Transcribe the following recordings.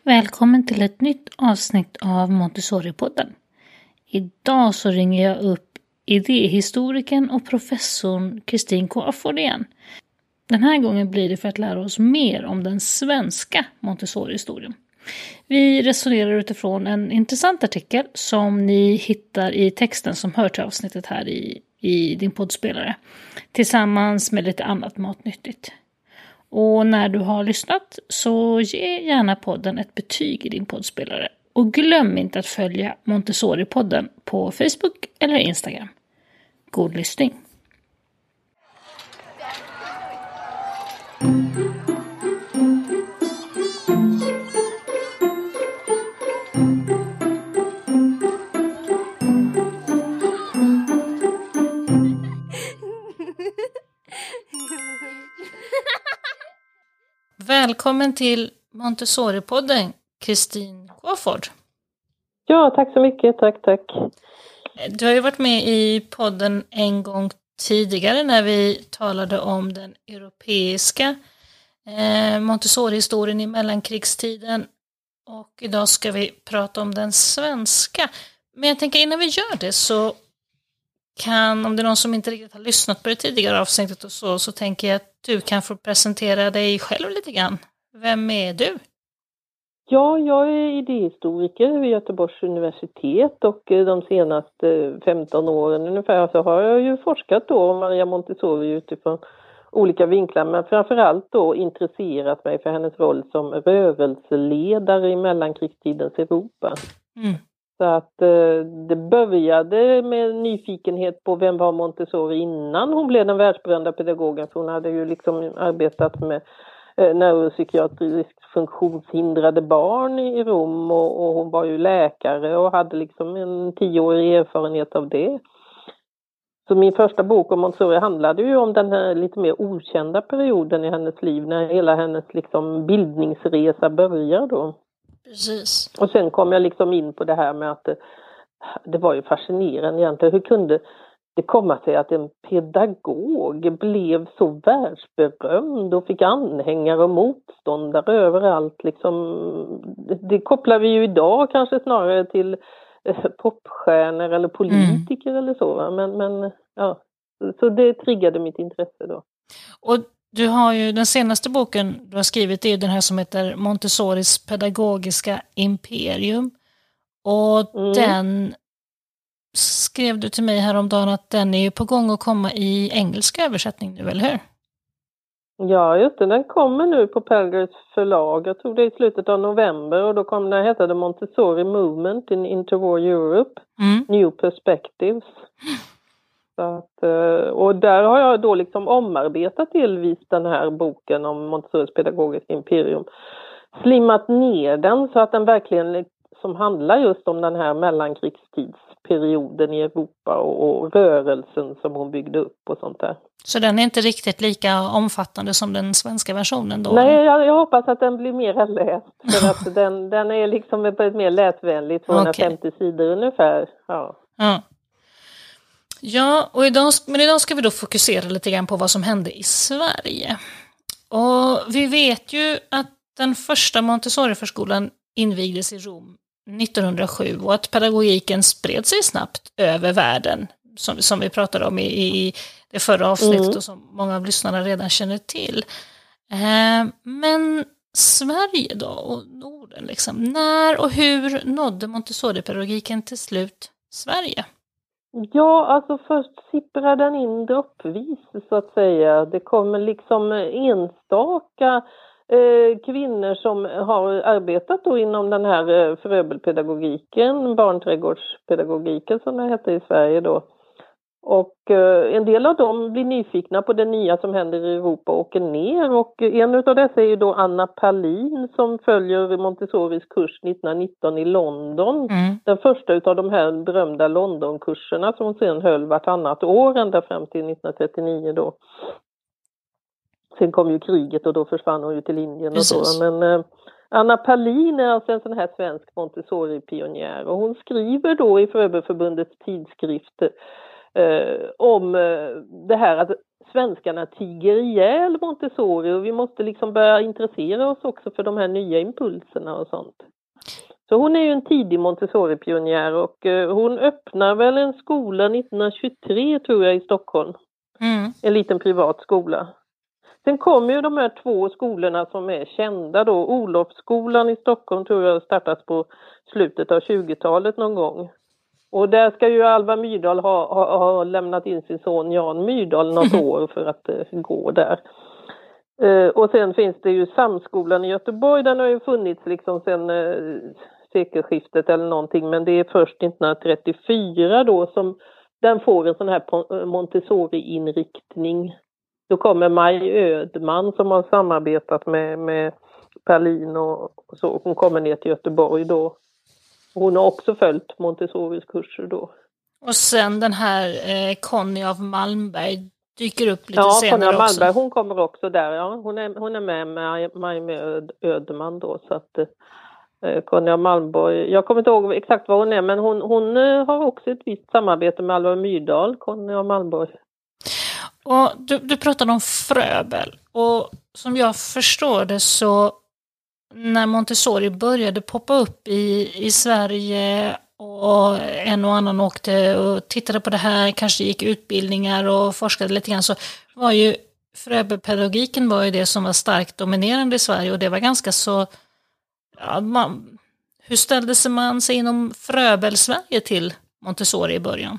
Välkommen till ett nytt avsnitt av Montessori-podden. Idag så ringer jag upp idéhistorikern och professorn Kristin Quafford igen. Den här gången blir det för att lära oss mer om den svenska Montessori-historien. Vi resonerar utifrån en intressant artikel som ni hittar i texten som hör till avsnittet här i din poddspelare. Tillsammans med lite annat matnyttigt. Och när du har lyssnat så ge gärna podden ett betyg i din poddspelare. Och glöm inte att följa Montessori-podden på Facebook eller Instagram. God lyssning! Välkommen till Montessori-podden, Kristin Quafford. Ja, tack så mycket. Tack. Du har ju varit med i podden en gång tidigare när vi talade om den europeiska Montessori-historien i mellankrigstiden. Och idag ska vi prata om den svenska. Men jag tänker innan vi gör det så om det är någon som inte riktigt har lyssnat på det tidigare avsnittet och så tänker jag att du kan få presentera dig själv lite grann. Vem är du? Ja, jag är idéhistoriker vid Göteborgs universitet och de senaste 15 åren ungefär så har jag ju forskat då om Maria Montessori utifrån olika vinklar, men framförallt då intresserat mig för hennes roll som rörelseledare i mellankrigstidens Europa. Så att det började med nyfikenhet på vem var Montessori innan hon blev den världsberömda pedagogen. För hon hade ju liksom arbetat med neuropsykiatriskt funktionshindrade barn i Rom och hon var ju läkare och hade liksom en 10-årig erfarenhet av det. Så min första bok om Montessori handlade ju om den här lite mer okända perioden i hennes liv när hela hennes liksom bildningsresa börjar då. Precis. Och sen kom jag liksom in på det här med att det var ju fascinerande egentligen. Hur kunde det komma sig att en pedagog blev så världsberömd och fick anhängare och motståndare överallt? Liksom, det kopplar vi ju idag kanske snarare till popstjärnor eller politiker eller så. Men ja, så det triggade mitt intresse då. Och du har ju den senaste boken du har skrivit är den här som heter Montessoris pedagogiska imperium. Och den skrev du till mig häromdagen att den är ju på gång att komma i engelsk översättning nu, eller hur? Ja, just det. Den kommer nu på Pelgrave förlag. Jag tror det är i slutet av november och då kommer den heta The Montessori Movement in Interwar Europe. New Perspectives. Så att, och där har jag då liksom omarbetat delvis den här boken om Montessoris pedagogiska imperium. Slimmat ner den så att den verkligen som handlar just om den här mellankrigstidsperioden i Europa och rörelsen som hon byggde upp och sånt där. Så den är inte riktigt lika omfattande som den svenska versionen då? Nej, jag hoppas att den blir mer läst. För att den är liksom på ett mer läsvänligt 250 sidor ungefär. Ja, och idag ska vi då fokusera lite grann på vad som hände i Sverige. Och vi vet ju att den första Montessori-förskolan invigdes i Rom 1907 och att pedagogiken spred sig snabbt över världen som vi pratade om i det förra avsnittet och som många av lyssnarna redan känner till. Men Sverige då och Norden liksom, när och hur nådde Montessori-pedagogiken till slut Sverige? Ja, alltså först sipprar den in droppvis så att säga. Det kommer liksom enstaka kvinnor som har arbetat då inom den här föröbelpedagogiken, barnträdgårdspedagogiken som det heter i Sverige då. Och en del av dem blir nyfikna på det nya som händer i Europa och åker ner. Och en av dessa är ju då Anna Palin som följer Montessoris kurs 1919 i London. Den första av de här berömda Londonkurserna som hon sedan höll vartannat år ända fram till 1939 då. Sen kom ju kriget och då försvann hon ju till Indien och så. Men Anna Palin är alltså en sån här svensk Montessori-pionjär och hon skriver då i Föröbelförbundets tidskrifter om det här att svenskarna tiger ihjäl Montessori och vi måste liksom börja intressera oss också för de här nya impulserna och sånt. Så hon är ju en tidig Montessori-pionjär och hon öppnar väl en skola 1923 tror jag i Stockholm. En liten privat skola. Sen kommer ju de här 2 skolorna som är kända då. Olofsskolan i Stockholm tror jag startas på slutet av 20-talet någon gång. Och där ska ju Alva Myrdal ha lämnat in sin son Jan Myrdal något år för att gå där. Och sen finns det ju Samskolan i Göteborg, den har ju funnits liksom sen sekelskiftet eller någonting, men det är först 1934 då som den får en sån här Montessori-inriktning. Då kommer Maj Ödman som har samarbetat med Perlin och så, hon kommer ner till Göteborg då. Hon har också följt Montessoris kurser då. Och sen den här Conny av Malmberg dyker upp lite senare också. Ja, Conny av Malmberg, hon kommer också där. Ja. Hon är med Ödman då. Så att Conny av Malmberg, jag kommer inte ihåg exakt vad hon är, men hon har också ett visst samarbete med Alva Myrdal, Conny av Malmberg. Och du pratade om Fröbel. Och som jag förstår det så när Montessori började poppa upp i Sverige och en och annan åkte och tittade på det här, kanske gick utbildningar och forskade lite grann, så var ju Fröbelpedagogiken var ju det som var starkt dominerande i Sverige och det var ganska så, ja, hur ställde sig man sig inom Fröbel-Sverige till Montessori i början?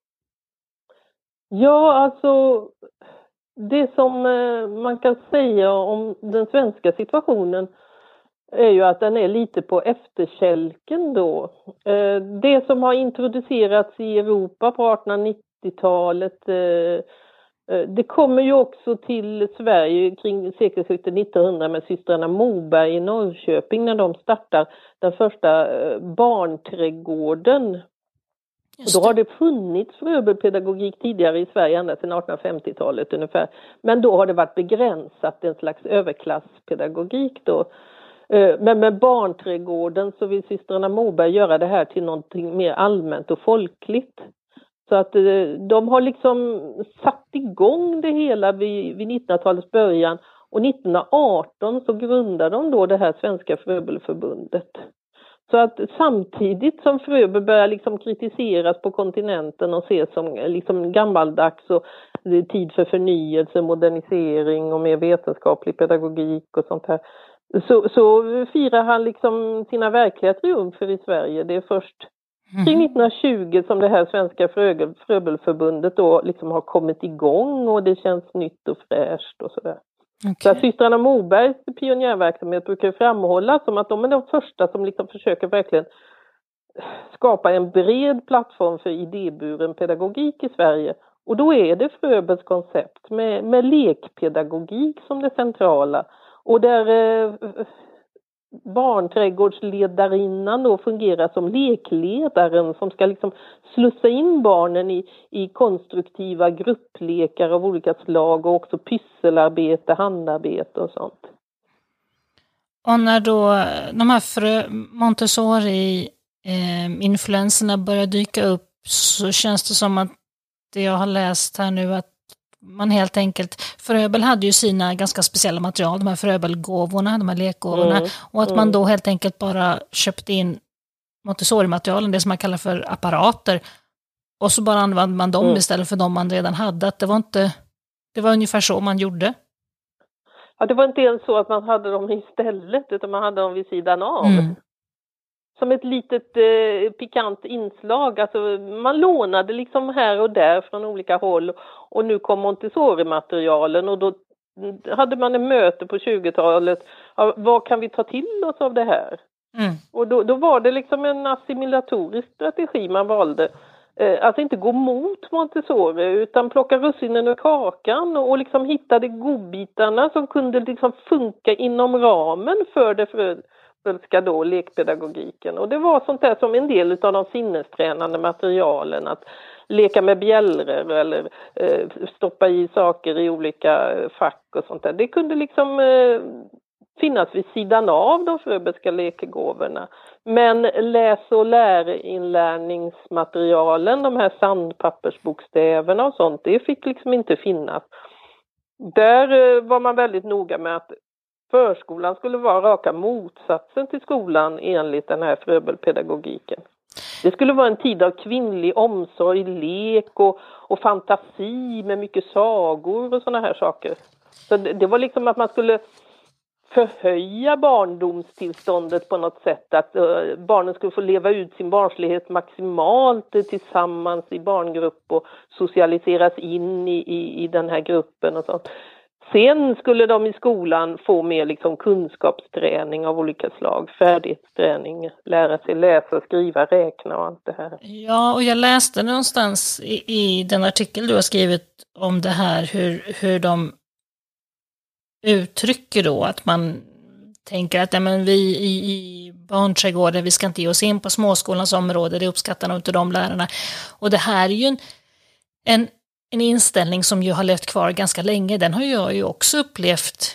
Ja, alltså det som man kan säga om den svenska situationen är ju att den är lite på efterkälken då. Det som har introducerats i Europa på 1890-talet, det kommer ju också till Sverige kring sekelskiftet 1900 med systrarna Moberg i Norrköping när de startar den första barnträdgården. Och då har det funnits Fröbelpedagogik tidigare i Sverige ända sedan 1850-talet ungefär. Men då har det varit begränsat en slags överklasspedagogik då. Men med barnträdgården så vill systrarna Moberg göra det här till någonting mer allmänt och folkligt. Så att de har liksom satt igång det hela vid 1900-talets början. Och 1918 så grundar de då det här Svenska Fröbelförbundet. Så att samtidigt som Fröbel börjar liksom kritiseras på kontinenten och ses som liksom gammaldags och det är tid för förnyelse, modernisering och mer vetenskaplig pedagogik och sånt här. Så firar han liksom sina verkliga triumfer i Sverige. Det är först kring 1920 som det här Svenska Fröbelförbundet då liksom har kommit igång och det känns nytt och fräscht och sådär. Okay. Så systrarna Mobergs pionjärverksamhet brukar framhållas som att de är de första som liksom försöker verkligen skapa en bred plattform för idéburen pedagogik i Sverige. Och då är det Fröbels koncept med lekpedagogik som det centrala. Och där barnträdgårdsledarinnan då fungerar som lekledaren som ska liksom slussa in barnen i konstruktiva grupplekar av olika slag och också pysselarbete, handarbete och sånt. Och när då de här Montessori-influenserna börjar dyka upp så känns det som att det jag har läst här nu att man helt enkelt, Fröbel hade ju sina ganska speciella material, de här Fröbelgåvorna, de här lekgåvorna, och att man då helt enkelt bara köpte in Montessori-materialen, det som man kallar för apparater, och så bara använde man dem istället för de man redan hade. Att det var ungefär så man gjorde. Ja, det var inte ens så att man hade dem istället, utan man hade dem vid sidan av. Som ett litet pikant inslag. Alltså, man lånade liksom här och där från olika håll. Och nu kom Montessori-materialen och då hade man en möte på 20-talet. Ja, vad kan vi ta till oss av det här? Och då var det liksom en assimilatorisk strategi man valde. Alltså inte gå mot Montessori utan plocka russinen ur kakan och liksom hitta de godbitarna som kunde liksom funka inom ramen för det Fröbelska då lekpedagogiken. Och det var sånt där som en del av de sinnestränande materialen, att leka med bjällror eller stoppa i saker i olika fack och sånt där. Det kunde liksom finnas vid sidan av de Fröbelska lekgåvorna. Men läs- och lärinlärningsmaterialen, de här sandpappersbokstäverna och sånt, det fick liksom inte finnas. Där var man väldigt noga med att förskolan skulle vara raka motsatsen till skolan enligt den här Fröbelpedagogiken. Det skulle vara en tid av kvinnlig omsorg, lek och fantasi med mycket sagor och såna här saker. Så det var liksom att man skulle förhöja barndomstillståndet på något sätt. Att barnen skulle få leva ut sin barnslighet maximalt tillsammans i barngrupp och socialiseras in i den här gruppen och sånt. Sen skulle de i skolan få mer liksom kunskapsträning av olika slag, färdighetsträning, lära sig läsa, skriva, räkna och allt det här. Ja, och jag läste någonstans i den artikel du har skrivit om det här hur de uttrycker då att man tänker att men vi i barnträdgården, vi ska inte ge oss in på småskolans område, det uppskattar nog inte de lärarna. Och det här är ju en inställning som ju har levt kvar ganska länge. Den har jag ju också upplevt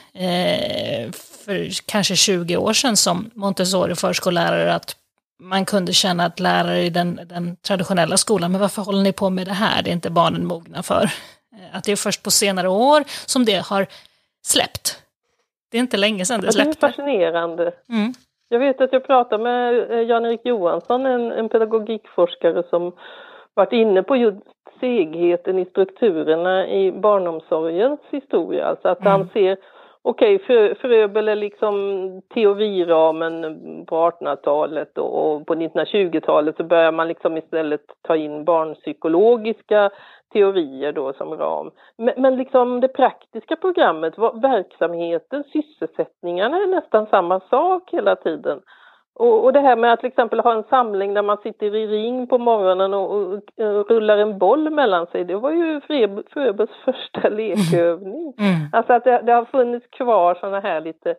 för kanske 20 år sedan som Montessori-förskollärare, att man kunde känna att lärare i den traditionella skolan, men varför håller ni på med det här? Det är inte barnen mogna för. Att det är först på senare år som det har släppt. Det är inte länge sedan det släppte. Det är fascinerande. Mm. Jag vet att jag pratade med Jan-Erik Johansson, en pedagogikforskare som varit inne på just segheten i strukturerna i barnomsorgens historia. Alltså att han ser, Fröbel är liksom teoriramen på 1800-talet och på 1920-talet så börjar man liksom istället ta in barnpsykologiska teorier då som ram. Men liksom det praktiska programmet, verksamheten, sysselsättningarna är nästan samma sak hela tiden. Och det här med att till exempel ha en samling där man sitter i ring på morgonen och rullar en boll mellan sig, det var ju Fröbels första lekövning. Alltså att det har funnits kvar sådana här lite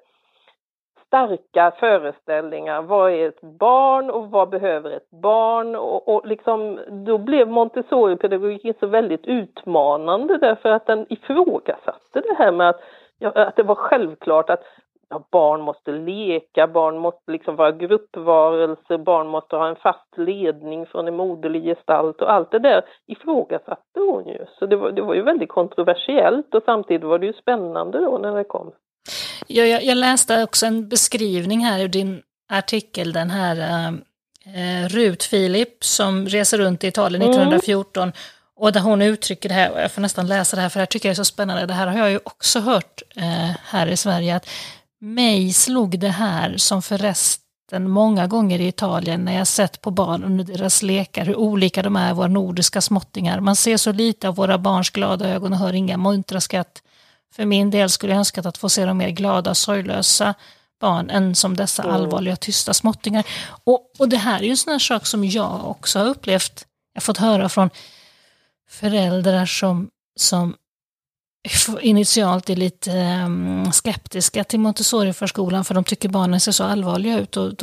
starka föreställningar. Vad är ett barn och vad behöver ett barn? Och liksom, då blev Montessori-pedagogiken så väldigt utmanande därför att den ifrågasatte det här med att det var självklart att barn måste leka, barn måste liksom vara gruppvarelser, barn måste ha en fast ledning från en moderlig gestalt och allt det där ifrågasatte hon ju. Så det var ju väldigt kontroversiellt och samtidigt var det ju spännande då när det kom. Ja, jag läste också en beskrivning här i din artikel, den här Rut Filip som reser runt i Italien 1914 och där hon uttrycker det här, och jag får nästan läsa det här för jag tycker det är så spännande, det här har jag ju också hört här i Sverige, att mig slog det här som förresten många gånger i Italien när jag sett på barn under deras lekar hur olika de är, våra nordiska småttingar. Man ser så lite av våra barns glada ögon och hör inga muntra skratt. För min del skulle jag önskat att få se de mer glada, sorglösa barn än som dessa allvarliga, tysta småttingar. Och det här är ju en sån här sak som jag också har upplevt. Jag har fått höra från föräldrar som initialt är lite skeptiska till Montessori-förskolan för de tycker barnen ser så allvarliga ut och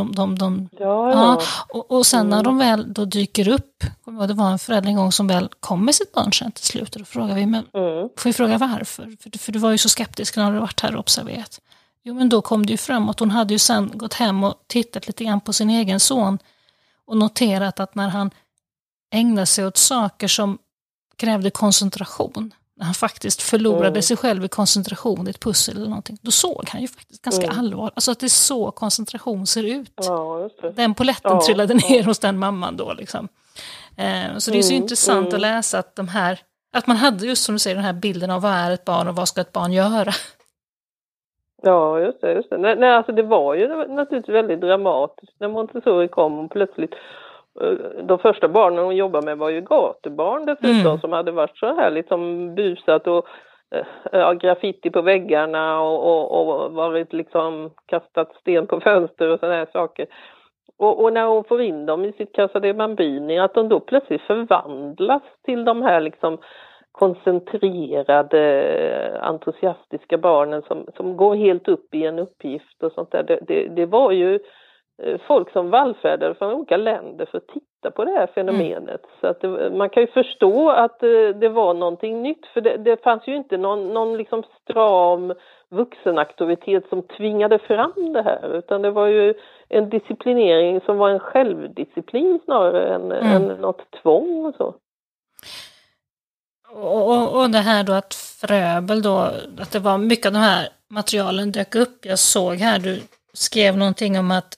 och sen när de väl då dyker upp, det var en förälder en gång som väl kom med sitt barn sen till slut och då frågar vi, men får vi fråga varför? För du var ju så skeptisk när du varit här och observerat. Jo, men då kom det ju fram att hon hade ju sen gått hem och tittat lite grann på sin egen son och noterat att när han ägnade sig åt saker som krävde koncentration, när han faktiskt förlorade sig själv i koncentration i ett pussel eller någonting, då såg han ju faktiskt ganska allvarligt. Alltså att det är så koncentration ser ut. Ja, just det. Den poletten trillade ner hos den mamman då liksom. Så det är så intressant att läsa att att man hade just som du säger den här bilden av vad är ett barn och vad ska ett barn göra. Ja, just det. Nej, alltså det var ju naturligtvis väldigt dramatiskt när Montessori kom och plötsligt de första barnen hon jobbade med var ju gatubarn dessutom som hade varit så här liksom busat och graffiti på väggarna och varit liksom kastat sten på fönster och sådana här saker. Och när hon får in dem i sitt Casa dei Bambini, att de då plötsligt förvandlas till de här liksom koncentrerade, entusiastiska barnen som går helt upp i en uppgift och sånt där. Det var ju folk som vallfärdade från olika länder för att titta på det här fenomenet. Så att man kan ju förstå att det var någonting nytt. För det fanns ju inte någon liksom stram vuxenaktivitet som tvingade fram det här. Utan det var ju en disciplinering som var en självdisciplin snarare än något tvång och så. Och det här då att Fröbel då, att det var mycket av de här materialen dök upp. Jag såg här, du skrev någonting om att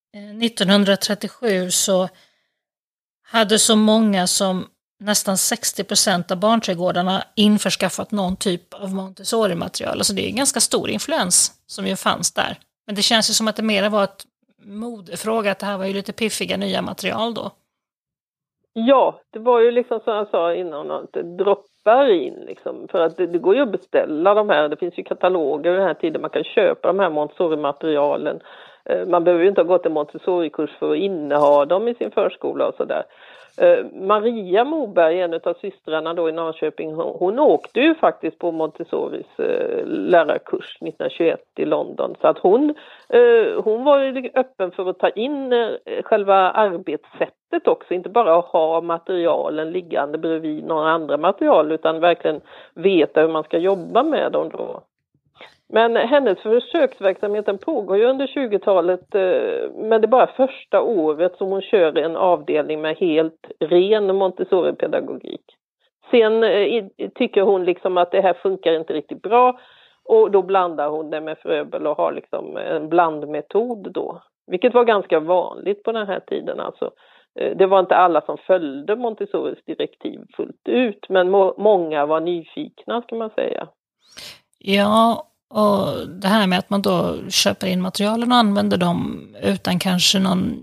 1937 så hade så många som nästan 60% av barnträdgårdarna införskaffat någon typ av Montessori-material. Alltså det är en ganska stor influens som ju fanns där. Men det känns ju som att det mer var ett modefråga, att det här var ju lite piffiga nya material då. Ja, det var ju liksom som jag sa innan, att det droppar in liksom, för att det går ju att beställa de här, det finns ju kataloger i den här tiden, man kan köpa de här Montessori-materialen. Man behöver ju inte ha gått en Montessori-kurs för att inneha dem i sin förskola och sådär. Maria Moberg, en av systrarna då i Norrköping, hon åkte ju faktiskt på Montessoris lärarkurs 1921 i London. Så att hon var ju öppen för att ta in själva arbetssättet också. Inte bara att ha materialen liggande bredvid några andra material, utan verkligen veta hur man ska jobba med dem då. Men hennes försöksverksamheten pågår ju under 20-talet, men det är bara första året som hon kör en avdelning med helt ren Montessori-pedagogik. Sen tycker hon liksom att det här funkar inte riktigt bra, och då blandar hon det med Fröbel och har liksom en blandmetod då. Vilket var ganska vanligt på den här tiden alltså. Det var inte alla som följde Montessoris direktiv fullt ut, men många var nyfikna, ska man säga. Ja, och det här med att man då köper in materialen och använder dem utan kanske någon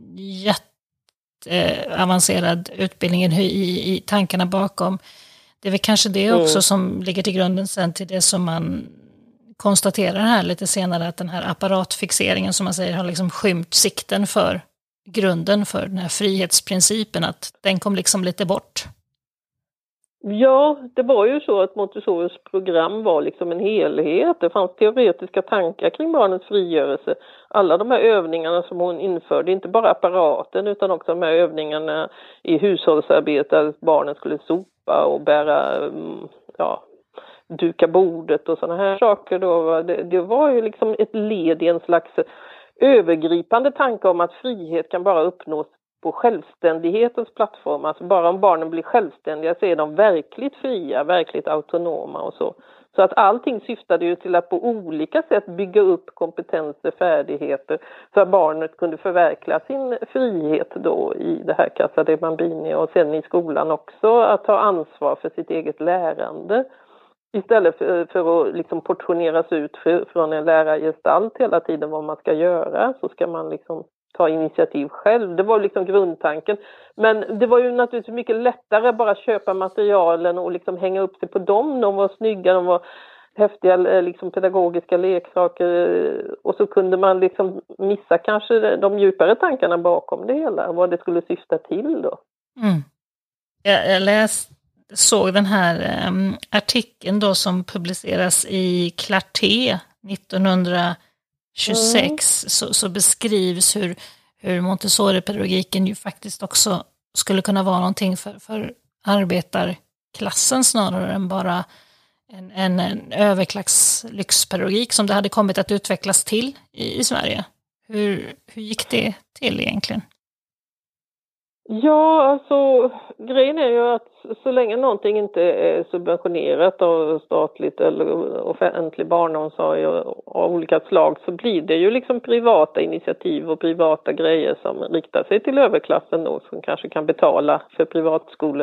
jätteavancerad utbildning i tankarna bakom. Det är väl kanske det också som ligger till grunden sen till det som man konstaterar här lite senare, att den här apparatfixeringen som man säger har liksom skymt sikten för grunden för den här frihetsprincipen, att den kom liksom lite bort. Ja, det var ju så att Montessoris program var liksom en helhet. Det fanns teoretiska tankar kring barnens frigörelse. Alla de här övningarna som hon införde, inte bara apparaten utan också de här övningarna i hushållsarbete, att barnen skulle sopa och bära, duka bordet och sådana här saker då. Det var ju liksom ett led i en slags övergripande tanke om att frihet kan bara uppnås på självständighetens plattform. Alltså bara om barnen blir självständiga så är de verkligt fria, verkligt autonoma och så. Så att allting syftade ju till att på olika sätt bygga upp kompetenser, färdigheter, så att barnet kunde förverkliga sin frihet då i det här Casa dei Bambini, och sen i skolan också att ta ansvar för sitt eget lärande. Istället för att liksom portioneras ut från en lärargestalt hela tiden vad man ska göra, så ska man liksom ta initiativ själv. Det var liksom grundtanken. Men det var ju naturligtvis mycket lättare att bara köpa materialen och liksom hänga upp sig på dem. De var snygga, de var häftiga liksom pedagogiska leksaker, och så kunde man liksom missa kanske de djupare tankarna bakom det hela, vad det skulle syfta till då. Mm. Jag såg den här artikeln då som publiceras i Clarté 1926, så beskrivs hur Montessori-pedagogiken ju faktiskt också skulle kunna vara någonting för arbetarklassen snarare än bara en överklass lyxpedagogik som det hade kommit att utvecklas till i Sverige. Hur gick det till egentligen? Ja, alltså grejen är ju att så länge någonting inte är subventionerat av statligt eller offentlig barnomsorg av olika slag, så blir det ju liksom privata initiativ och privata grejer som riktar sig till överklassen då, som kanske kan betala för privatskolor.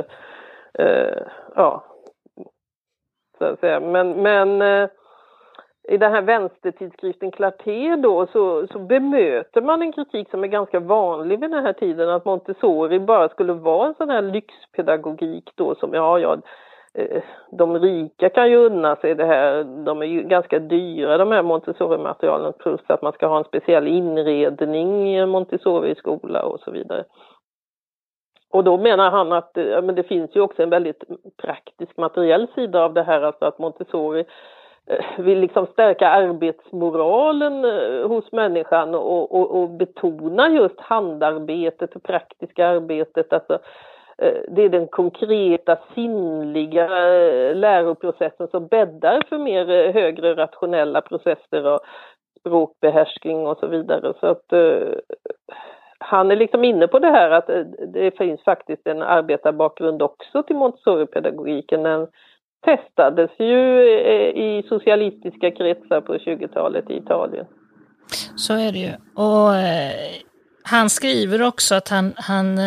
Så att säga. Men i den här vänstertidskriften Clarté då så bemöter man en kritik som är ganska vanlig vid den här tiden, att Montessori bara skulle vara en sån här lyxpedagogik då som de rika kan ju unna sig det här, de är ju ganska dyra de här Montessori-materialen, plus att man ska ha en speciell inredning i en Montessori-skola och så vidare. Och då menar han att men det finns ju också en väldigt praktisk materiell sida av det här, alltså att Montessori vill liksom stärka arbetsmoralen hos människan och betona just handarbetet och praktiska arbetet. Alltså, det är den konkreta, sinnliga läroprocessen som bäddar för mer högre rationella processer och språkbehärskning och så vidare. Så att han är liksom inne på det här att det finns faktiskt en arbetarbakgrund också till Montessori-pedagogiken. Den testades ju i socialistiska kretsar på 20-talet i Italien. Så är det ju. Och han skriver också att han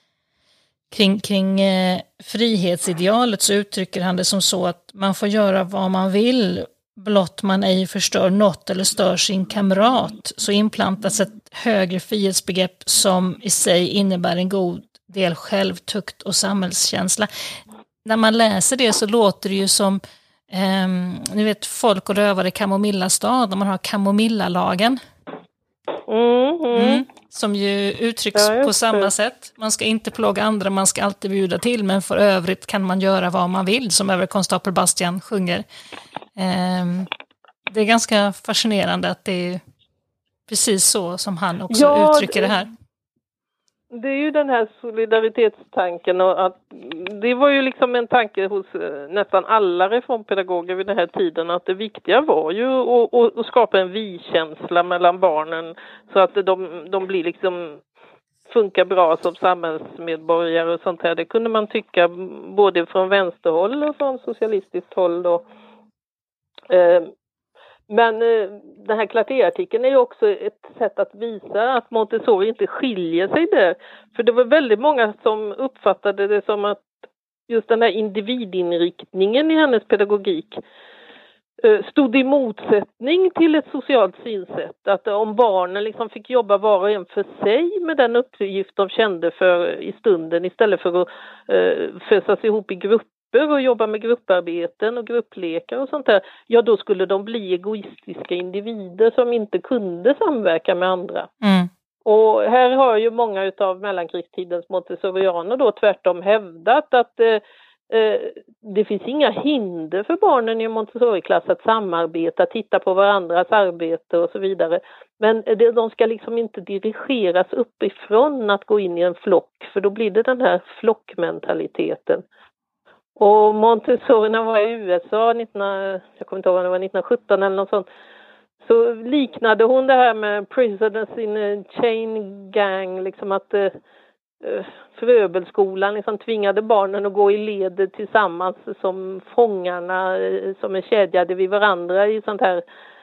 kring frihetsidealet så uttrycker han det som så att man får göra vad man vill, blott man ej förstör något eller stör sin kamrat, så inplantas ett högre frihetsbegrepp som i sig innebär en god del självtukt och samhällskänsla. När man läser det så låter det ju som ni vet, folk och rövare i Kamomillastad, när man har Kamomillalagen. Som ju uttrycks på samma sätt. Man ska inte plåga andra, man ska alltid bjuda till, men för övrigt kan man göra vad man vill, som överkonstapel Bastian sjunger. Det är ganska fascinerande att det är precis så som han också uttrycker det här. Det är ju den här solidaritetstanken, och att det var ju liksom en tanke hos nästan alla reformpedagoger vid den här tiden, att det viktiga var ju att skapa en vi-känsla mellan barnen så att de blir liksom funkar bra som samhällsmedborgare och sånt här. Det kunde man tycka både från vänsterhåll och från socialistiskt håll då. Men den här Clarté-artikeln är ju också ett sätt att visa att Montessori inte skiljer sig där. För det var väldigt många som uppfattade det som att just den här individinriktningen i hennes pedagogik stod i motsättning till ett socialt synsätt. Att om barnen liksom fick jobba var och en för sig med den uppgift de kände för i stunden, istället för att fösas ihop i grupper och jobba med grupparbeten och grupplekar och sånt där, ja då skulle de bli egoistiska individer som inte kunde samverka med andra. Och här har ju många utav mellankrigstidens montessorianer då tvärtom hävdat att det finns inga hinder för barnen i Montessori-klass att samarbeta, titta på varandras arbete och så vidare. Men de ska liksom inte dirigeras uppifrån att gå in i en flock, för då blir det den här flockmentaliteten. Och Montessori, när han var i USA, jag kommer inte ihåg om det var 1917 eller något sånt, så liknade hon det här med prisoners in a chain gang, liksom att Fröbelskolan liksom tvingade barnen att gå i led tillsammans som fångarna som är kedjade vid varandra i sånt här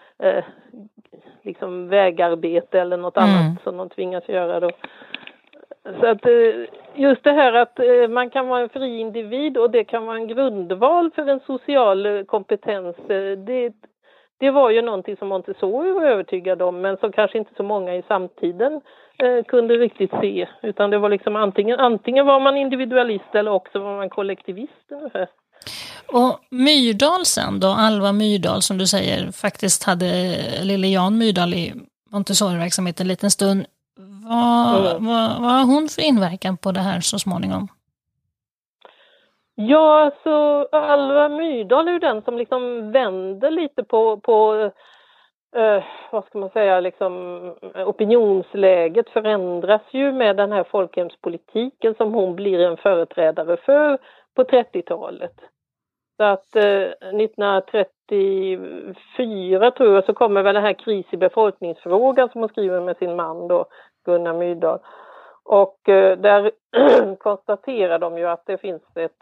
liksom vägarbete eller något annat som de tvingas göra då. Så att just det här att man kan vara en fri individ och det kan vara en grundval för en social kompetens, det var ju någonting som Montessori var övertygad om, men som kanske inte så många i samtiden kunde riktigt se, utan det var liksom antingen var man individualist eller också var man kollektivist ungefär. Och Myrdal sen då, Alva Myrdal som du säger, faktiskt hade lille Jan Myrdal i Montessori-verksamheten en liten stund. Vad har hon för inverkan på det här så småningom? Ja, så Alva Myrdal är ju den som liksom vänder lite på vad ska man säga, liksom opinionsläget förändras ju med den här folkhemspolitiken som hon blir en företrädare för på 30-talet. Så att 1934 tror jag så kommer väl den här kris i befolkningsfrågan som hon skriver med sin man då, Gunnar Myrdal. Och där konstaterar de ju att det finns det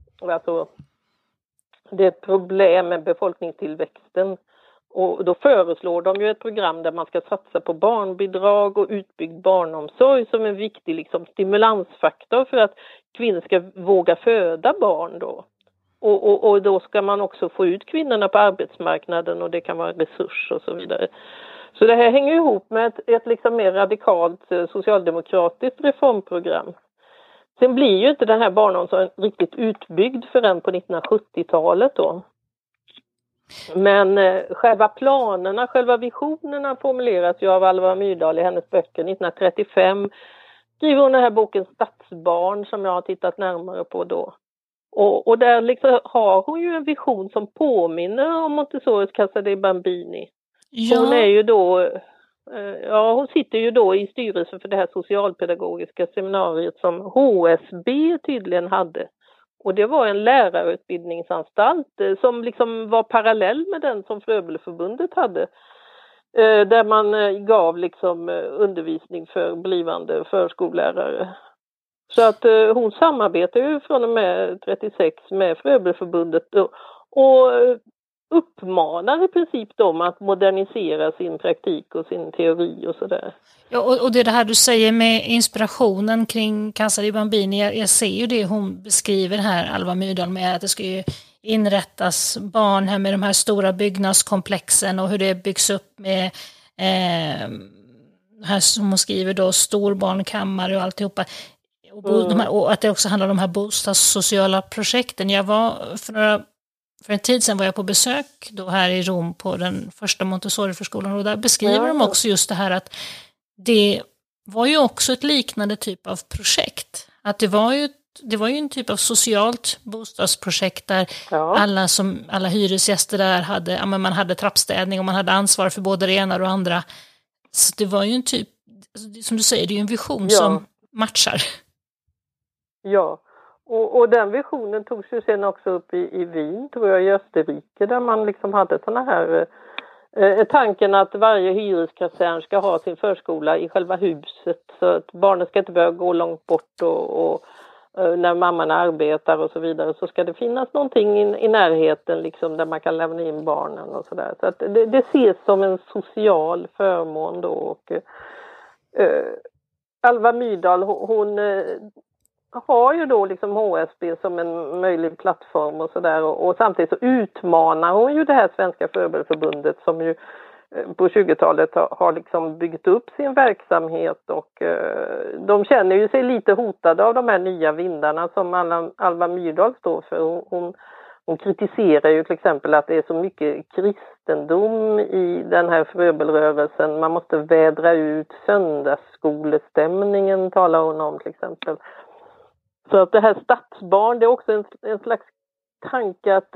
är ett problem med befolkningstillväxten. Och då föreslår de ju ett program där man ska satsa på barnbidrag och utbyggd barnomsorg som en viktig liksom stimulansfaktor för att kvinnor ska våga föda barn då. Och då ska man också få ut kvinnorna på arbetsmarknaden och det kan vara en resurs och så vidare. Så det här hänger ihop med ett liksom mer radikalt socialdemokratiskt reformprogram. Sen blir ju inte den här barnomsorgen riktigt utbyggd förrän på 1970-talet då. Men själva planerna, själva visionerna formuleras ju av Alva Myrdal i hennes böcker. 1935 skriver hon den här boken Stadsbarn som jag har tittat närmare på då. Och där liksom har hon ju en vision som påminner om Montessoris Casa dei Bambini. Ja. Hon är ju då, hon sitter ju då i styrelsen för det här socialpedagogiska seminariet som HSB tydligen hade. Och det var en lärarutbildningsanstalt som liksom var parallell med den som Fröbelförbundet hade. där man gav liksom undervisning för blivande förskollärare. Så att hon samarbetar ju från och med 36 med Fröbelförbundet och uppmanar i princip dem att modernisera sin praktik och sin teori och sådär. Ja, och det är det här du säger med inspirationen kring Casa di Bambini. Jag ser ju det hon beskriver här, Alva Myrdal, med att det ska ju inrättas barnhem med de här stora byggnadskomplexen och hur det byggs upp med här som hon skriver då storbarnkammare och alltihopa. Och att det också handlar om de här bostadssociala projekten. Jag var för en tid sedan var jag på besök då här i Rom på den första Montessori-förskolan och där beskriver de också just det här att det var ju också ett liknande typ av projekt. Att det var ju en typ av socialt bostadsprojekt där alla hyresgäster där hade, man hade trappstädning och man hade ansvar för både det ena och det andra. Så det var ju en typ, som du säger, det är ju en vision som matchar. Ja, och den visionen togs ju sen också upp i Wien, tror jag, i Österrike, där man liksom hade såna här tanken att varje hyreskasern ska ha sin förskola i själva huset, så att barnen ska inte behöva gå långt bort och när mamman arbetar och så vidare, så ska det finnas någonting i närheten liksom, där man kan lämna in barnen och sådär. Så att det ses som en social förmån då. Och Alva Myrdal, hon har ju då liksom HSB som en möjlig plattform och sådär, och samtidigt så utmanar hon ju det här Svenska Fröbelförbundet som ju på 20-talet har liksom byggt upp sin verksamhet, och de känner ju sig lite hotade av de här nya vindarna som Alva Myrdal står för. Hon kritiserar ju till exempel att det är så mycket kristendom i den här Fröbelrörelsen. Man måste vädra ut söndagssskolestämningen, talar hon om till exempel. Så att det här stadsbarn, det är också en slags tanke att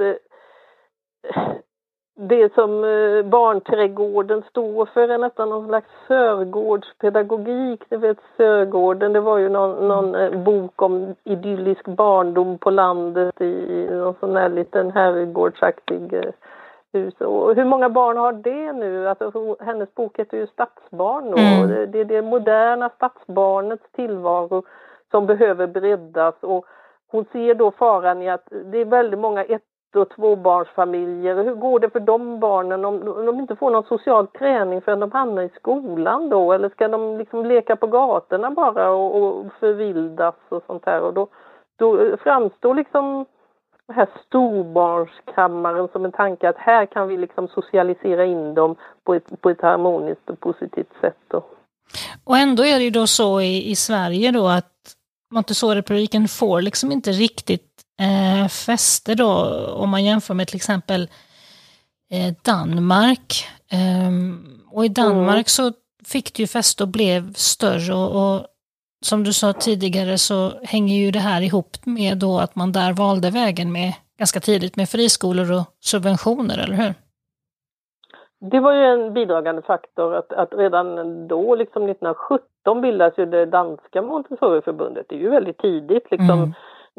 det som barnträdgården står för är nästan någon slags Sörgårdspedagogik. Ni vet, Sörgården, det var ju någon bok om idyllisk barndom på landet i någon sån här liten herrgårdsaktig hus. Och hur många barn har det nu? Alltså, hennes bok heter ju Stadsbarn, och det är det moderna stadsbarnets tillvaro som behöver breddas, och hon ser då faran i att det är väldigt många och tvåbarnsfamiljer. Hur går det för de barnen om de inte får någon social träning förrän de hamnar i skolan då? Eller ska de liksom leka på gatorna bara och förvildas och sånt här? Och då framstår liksom den här storbarnskammaren som en tanke att här kan vi liksom socialisera in dem på ett harmoniskt och positivt sätt då. Och ändå är det ju då så i Sverige då att Montessori-pedagogiken får liksom inte riktigt fäste då om man jämför med till exempel Danmark. Och i Danmark så fick det ju fäste och blev större, och som du sa tidigare så hänger ju det här ihop med då att man där valde vägen med ganska tidigt med friskolor och subventioner, eller hur? Det var ju en bidragande faktor att redan då, liksom 1917, bildas ju det danska Montessori-förbundet. Det är ju väldigt tidigt, liksom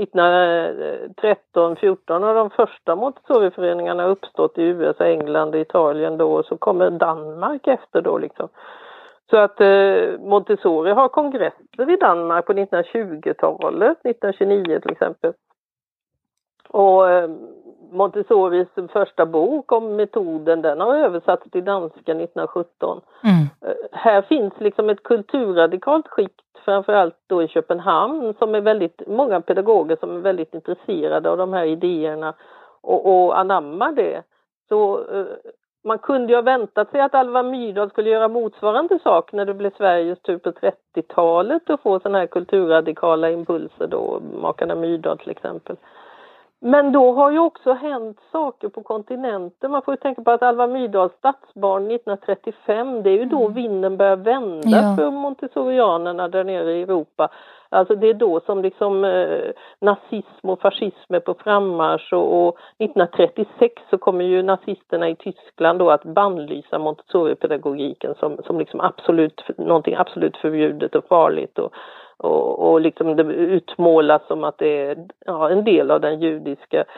1913-14 har de första Montessori-föreningarna uppstått i USA, England och Italien då, och så kommer Danmark efter då liksom. Så att Montessori har kongresser i Danmark på 1920-talet, 1929 till exempel. Och Montessoris första bok om metoden, den har översatts till danska 1917. Här finns liksom ett kulturradikalt skikt, framförallt då i Köpenhamn, som är väldigt många pedagoger som är väldigt intresserade av de här idéerna och anammar det. Så man kunde ju ha väntat sig att Alva Myrdal skulle göra motsvarande sak när det blev Sveriges tur på 30-talet och få sådana här kulturradikala impulser då, makarna Myrdal till exempel. Men då har ju också hänt saker på kontinenten. Man får ju tänka på att Alva Myrdals Stadsbarn 1935, det är ju då vinden börjar vända för montessorianerna där nere i Europa. Alltså det är då som liksom nazism och fascism är på frammarsch, och 1936 så kommer ju nazisterna i Tyskland då att bannlysa Montessori-pedagogiken som liksom någonting absolut förbjudet och farligt, och liksom det utmålas som att det är en del av den judiska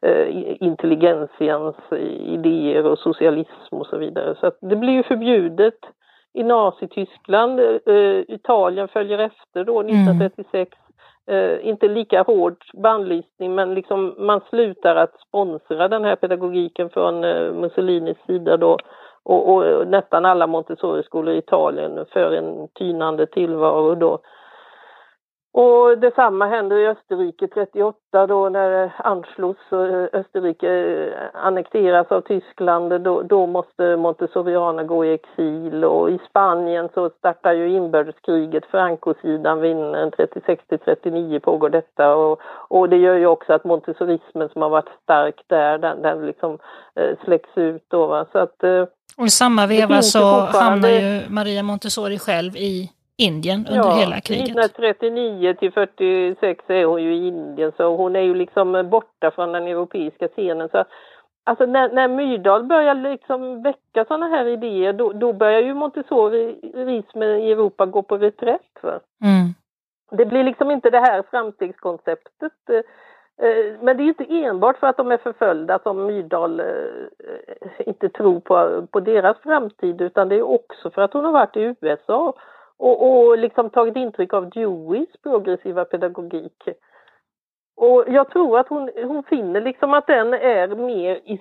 intelligensians idéer och socialism och så vidare. Så att det blir ju förbjudet i Nazityskland. Italien följer efter då 1936. Inte lika hård bannlysning, men liksom man slutar att sponsra den här pedagogiken från Mussolinis sida då. Och nästan alla Montessori-skolor i Italien för en tynande tillvaro då. Och detsamma händer i Österrike 38 då när Anschluss och Österrike annekteras av Tyskland. Då måste Montessorianer gå i exil, och i Spanien så startar ju inbördeskriget. Franco-sidan vinner 36-39 pågår detta, och det gör ju också att Montessorismen som har varit stark där, den liksom släcks ut då, va? Så att, och i samma veva så hamnar ju Maria Montessori själv i Indien under hela kriget. 1939 till 46 är hon ju i Indien, så hon är ju liksom borta från den europeiska scenen. Så alltså när Myrdal börjar liksom väcka sådana här idéer, då börjar ju Montessori-rismen i Europa gå på reträtt. Det blir liksom inte det här framstegskonceptet. Men det är inte enbart för att de är förföljda som Myrdal inte tror på deras framtid, utan det är också för att hon har varit i USA och liksom tagit intryck av Deweys progressiva pedagogik. Och jag tror att hon finner liksom att den är mer i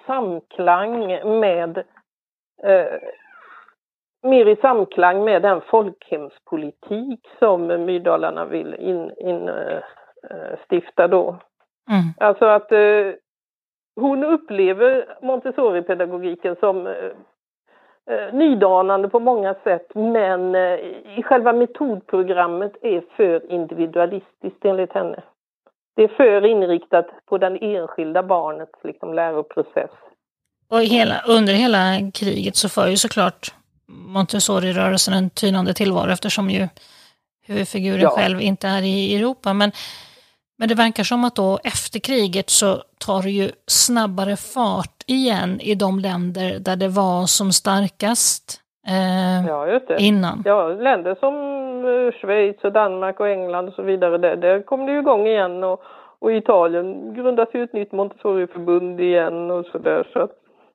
samklang med den folkhemspolitik som Myrdalarna vill instifta då. Alltså att hon upplever Montessori-pedagogiken som nydanande på många sätt, men i själva metodprogrammet är för individualistiskt enligt henne. Det är för inriktat på den enskilda barnets liksom läroprocess. Och under hela kriget så för ju såklart Montessori-rörelsen en tynande tillvaro, eftersom ju huvudfiguren själv inte är i Europa. Men det verkar som att då efter kriget så tar det ju snabbare fart igen i de länder där det var som starkast just det. Innan. Ja, länder som Schweiz och Danmark och England och så vidare, där kom det ju igång igen, och i Italien grundas ju ett nytt Montessori-förbund igen och sådär. Så.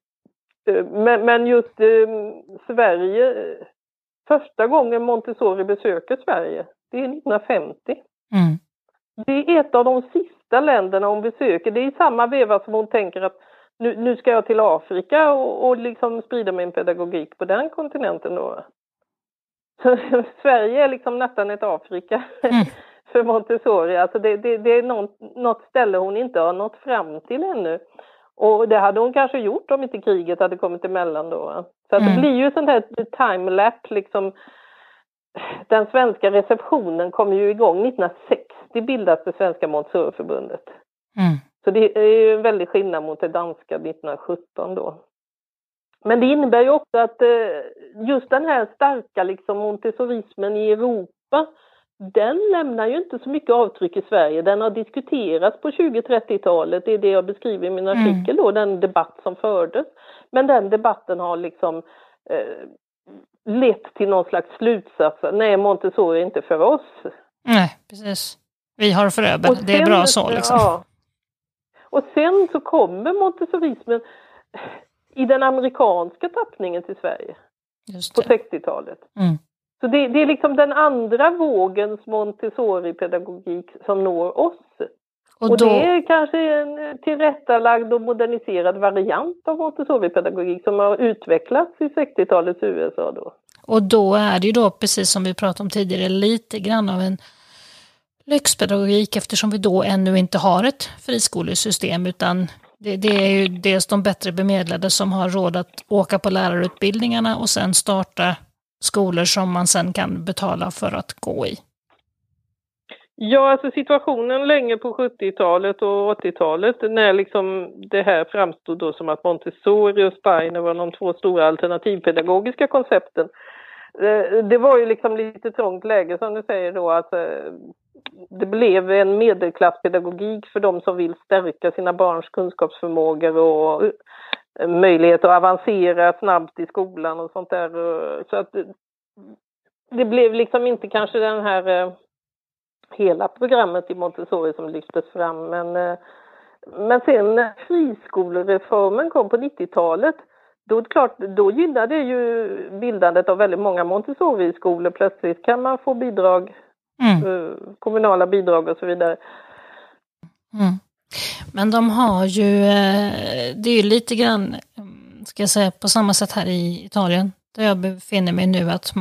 Men just Sverige, första gången Montessori besöker Sverige, det är 1950. Det är ett av de sista länderna hon besöker. Det är i samma veva som hon tänker att nu ska jag till Afrika och liksom sprida min pedagogik på den kontinenten då. Så Sverige är liksom nästan ett Afrika för Montessori. Alltså det är något ställe hon inte har nått fram till ännu. Och det hade hon kanske gjort om inte kriget hade kommit emellan då. Så att det blir ju sån här time-lap liksom. Den svenska receptionen kom ju igång 1960, bildas det svenska Montessori-förbundet. Så det är ju en väldig skillnad mot det danska 1917 då. Men det innebär ju också att just den här starka liksom Montessorismen i Europa, den lämnar ju inte så mycket avtryck i Sverige. Den har diskuterats på 20-30-talet, det är det jag beskriver i min artikel då, den debatt som fördes. Men den debatten har liksom lett till någon slags slutsats. Nej, Montessori är inte för oss. Nej, precis. Vi har för över. Det är bra så liksom. Ja. Och sen så kommer Montessorismen i den amerikanska tappningen till Sverige. Just det. På 60-talet. Så det är liksom den andra vågens Montessori-pedagogik som når oss. Och det är kanske en tillrättalagd och moderniserad variant av Montessori-pedagogik som har utvecklats i 60-talets USA då. Och då är det ju då, precis som vi pratade om tidigare, lite grann av en lyxpedagogik, eftersom vi då ännu inte har ett friskolesystem, utan det är ju dels de bättre bemedlade som har råd att åka på lärarutbildningarna och sen starta skolor som man sen kan betala för att gå i. Ja, alltså situationen länge på 70-talet och 80-talet när liksom det här framstod då som att Montessori och Steiner var de två stora alternativpedagogiska koncepten. Det var ju liksom lite trångt läge som du säger då, att det blev en medelklasspedagogik för de som vill stärka sina barns kunskapsförmågor och möjlighet att avancera snabbt i skolan och sånt där. Så att det blev liksom inte kanske den här hela programmet i Montessori som lyftes fram, men Men sen när friskolereformen kom på 90-talet, då gynnade det ju bildandet av väldigt många Montessori-skolor. Plötsligt kan man få bidrag, kommunala bidrag och så vidare. Mm. Men de har ju, det är ju lite grann, ska jag säga, på samma sätt här i Italien, där jag befinner mig nu, att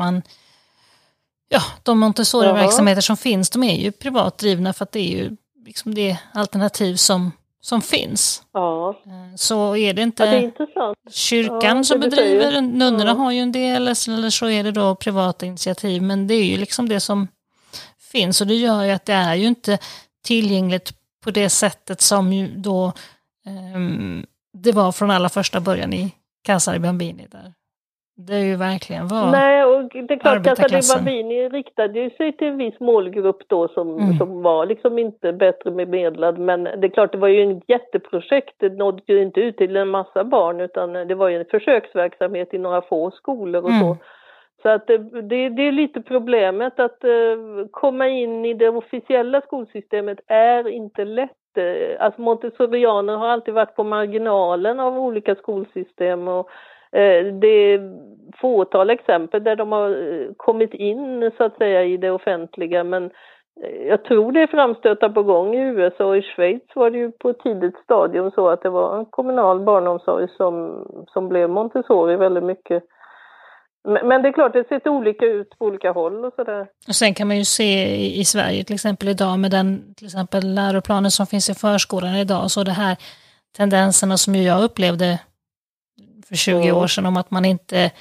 de Montessori-verksamheter som finns, de är ju privat drivna för att det är ju liksom det alternativ som finns. Ja. Så är det inte det är intressant. Kyrkan som bedriver, nunnorna har ju en del, eller så är det då privata initiativ, men det är ju liksom det som finns, och det gör ju att det är ju inte tillgängligt på det sättet som ju då det var från allra första början i Casa dei Bambini där. Det är ju verkligen var. Nej, och det är klart att Casa dei Bambini riktade ju sig till en viss målgrupp då som var liksom inte bättre bemedlad, men det är klart det var ju ett jätteprojekt, det nådde ju inte ut till en massa barn, utan det var ju en försöksverksamhet i några få skolor och så. Så att det är lite problemet att komma in i det officiella skolsystemet är inte lätt. Alltså Montessorianer har alltid varit på marginalen av olika skolsystem, och det är fåtal exempel där de har kommit in så att säga i det offentliga, men jag tror det är framstötar på gång i USA och i Schweiz var det ju på ett tidigt stadium så att det var en kommunal barnomsorg som blev Montessori väldigt mycket. Men det är klart, det ser olika ut på olika håll och sådär. Och sen kan man ju se i Sverige till exempel idag med den till exempel läroplanen som finns i förskolan idag, så det här tendenserna som jag upplevde för 20 år sedan om att man inte,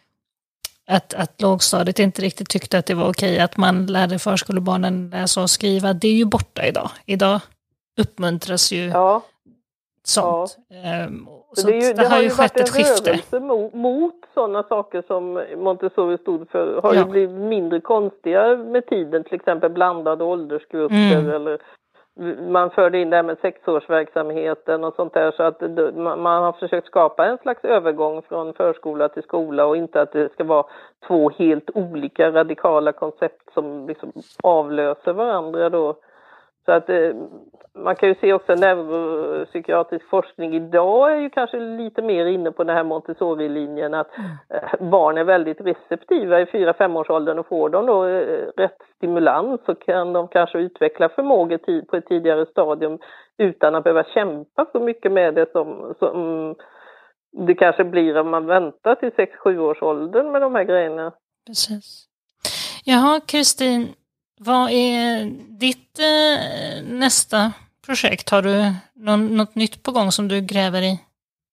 att lågstadiet inte riktigt tyckte att det var okej att man lärde förskolebarnen läsa och skriva, det är ju borta idag. Idag uppmuntras ju sånt. Så det har ju skett ett skifte. Mot sådana saker som Montessori stod för har ju blivit mindre konstiga med tiden, till exempel blandade åldersgrupper eller man förde in det här med 6-årsverksamheten och sånt där, så att man har försökt skapa en slags övergång från förskola till skola och inte att det ska vara två helt olika radikala koncept som liksom avlöser varandra då. Så att man kan ju se också neuropsykiatrisk forskning idag är ju kanske lite mer inne på den här Montessori-linjen att barn är väldigt receptiva i 4-5-årsåldern och får de då rätt stimulans så kan de kanske utveckla förmågor på ett tidigare stadium utan att behöva kämpa så mycket med det som det kanske blir om man väntar till 6-7-årsåldern med de här grejerna. Precis. Jaha, Kristin, vad är ditt nästa projekt? Har du något nytt på gång som du gräver i?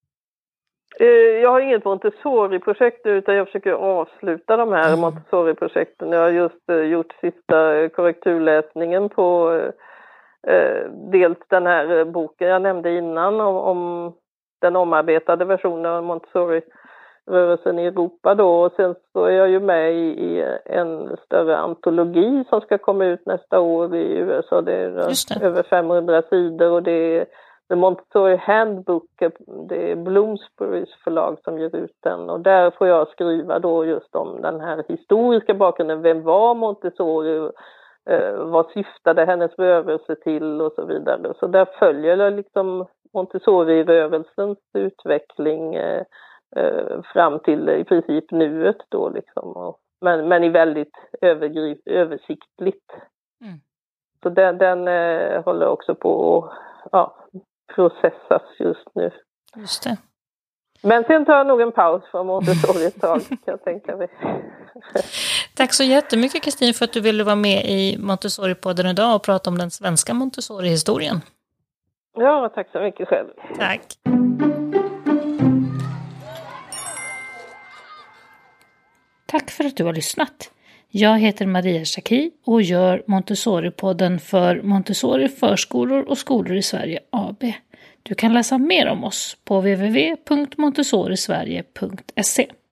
Jag har inget Montessori-projekt utan jag försöker avsluta de här Montessori-projekten. Jag har just gjort sista korrekturläsningen på dels den här boken jag nämnde innan om den omarbetade versionen av Montessori-rörelsen i Europa då. Och sen så är jag ju med i en större antologi som ska komma ut nästa år i USA. Det är över 500 sidor och det är The Montessori Handbook, det är Bloomsburys förlag som ger ut den. Och där får jag skriva då just om den här historiska bakgrunden. Vem var Montessori? Vad syftade hennes rörelse till och så vidare. Så där följer jag liksom Montessori-rörelsens utveckling fram till i princip nuet då liksom. Men i väldigt översiktligt. Så den håller också på att processas just nu. Just det. Men sen tar jag nog en paus från Montessori ett tag, kan jag tänka mig. Tack så jättemycket Kristin för att du ville vara med i Montessori-podden idag och prata om den svenska Montessori-historien. Ja, tack så mycket själv. Tack. Tack för att du har lyssnat. Jag heter Maria Schacki och gör Montessori-podden för Montessori förskolor och skolor i Sverige AB. Du kan läsa mer om oss på www.montessorisverige.se.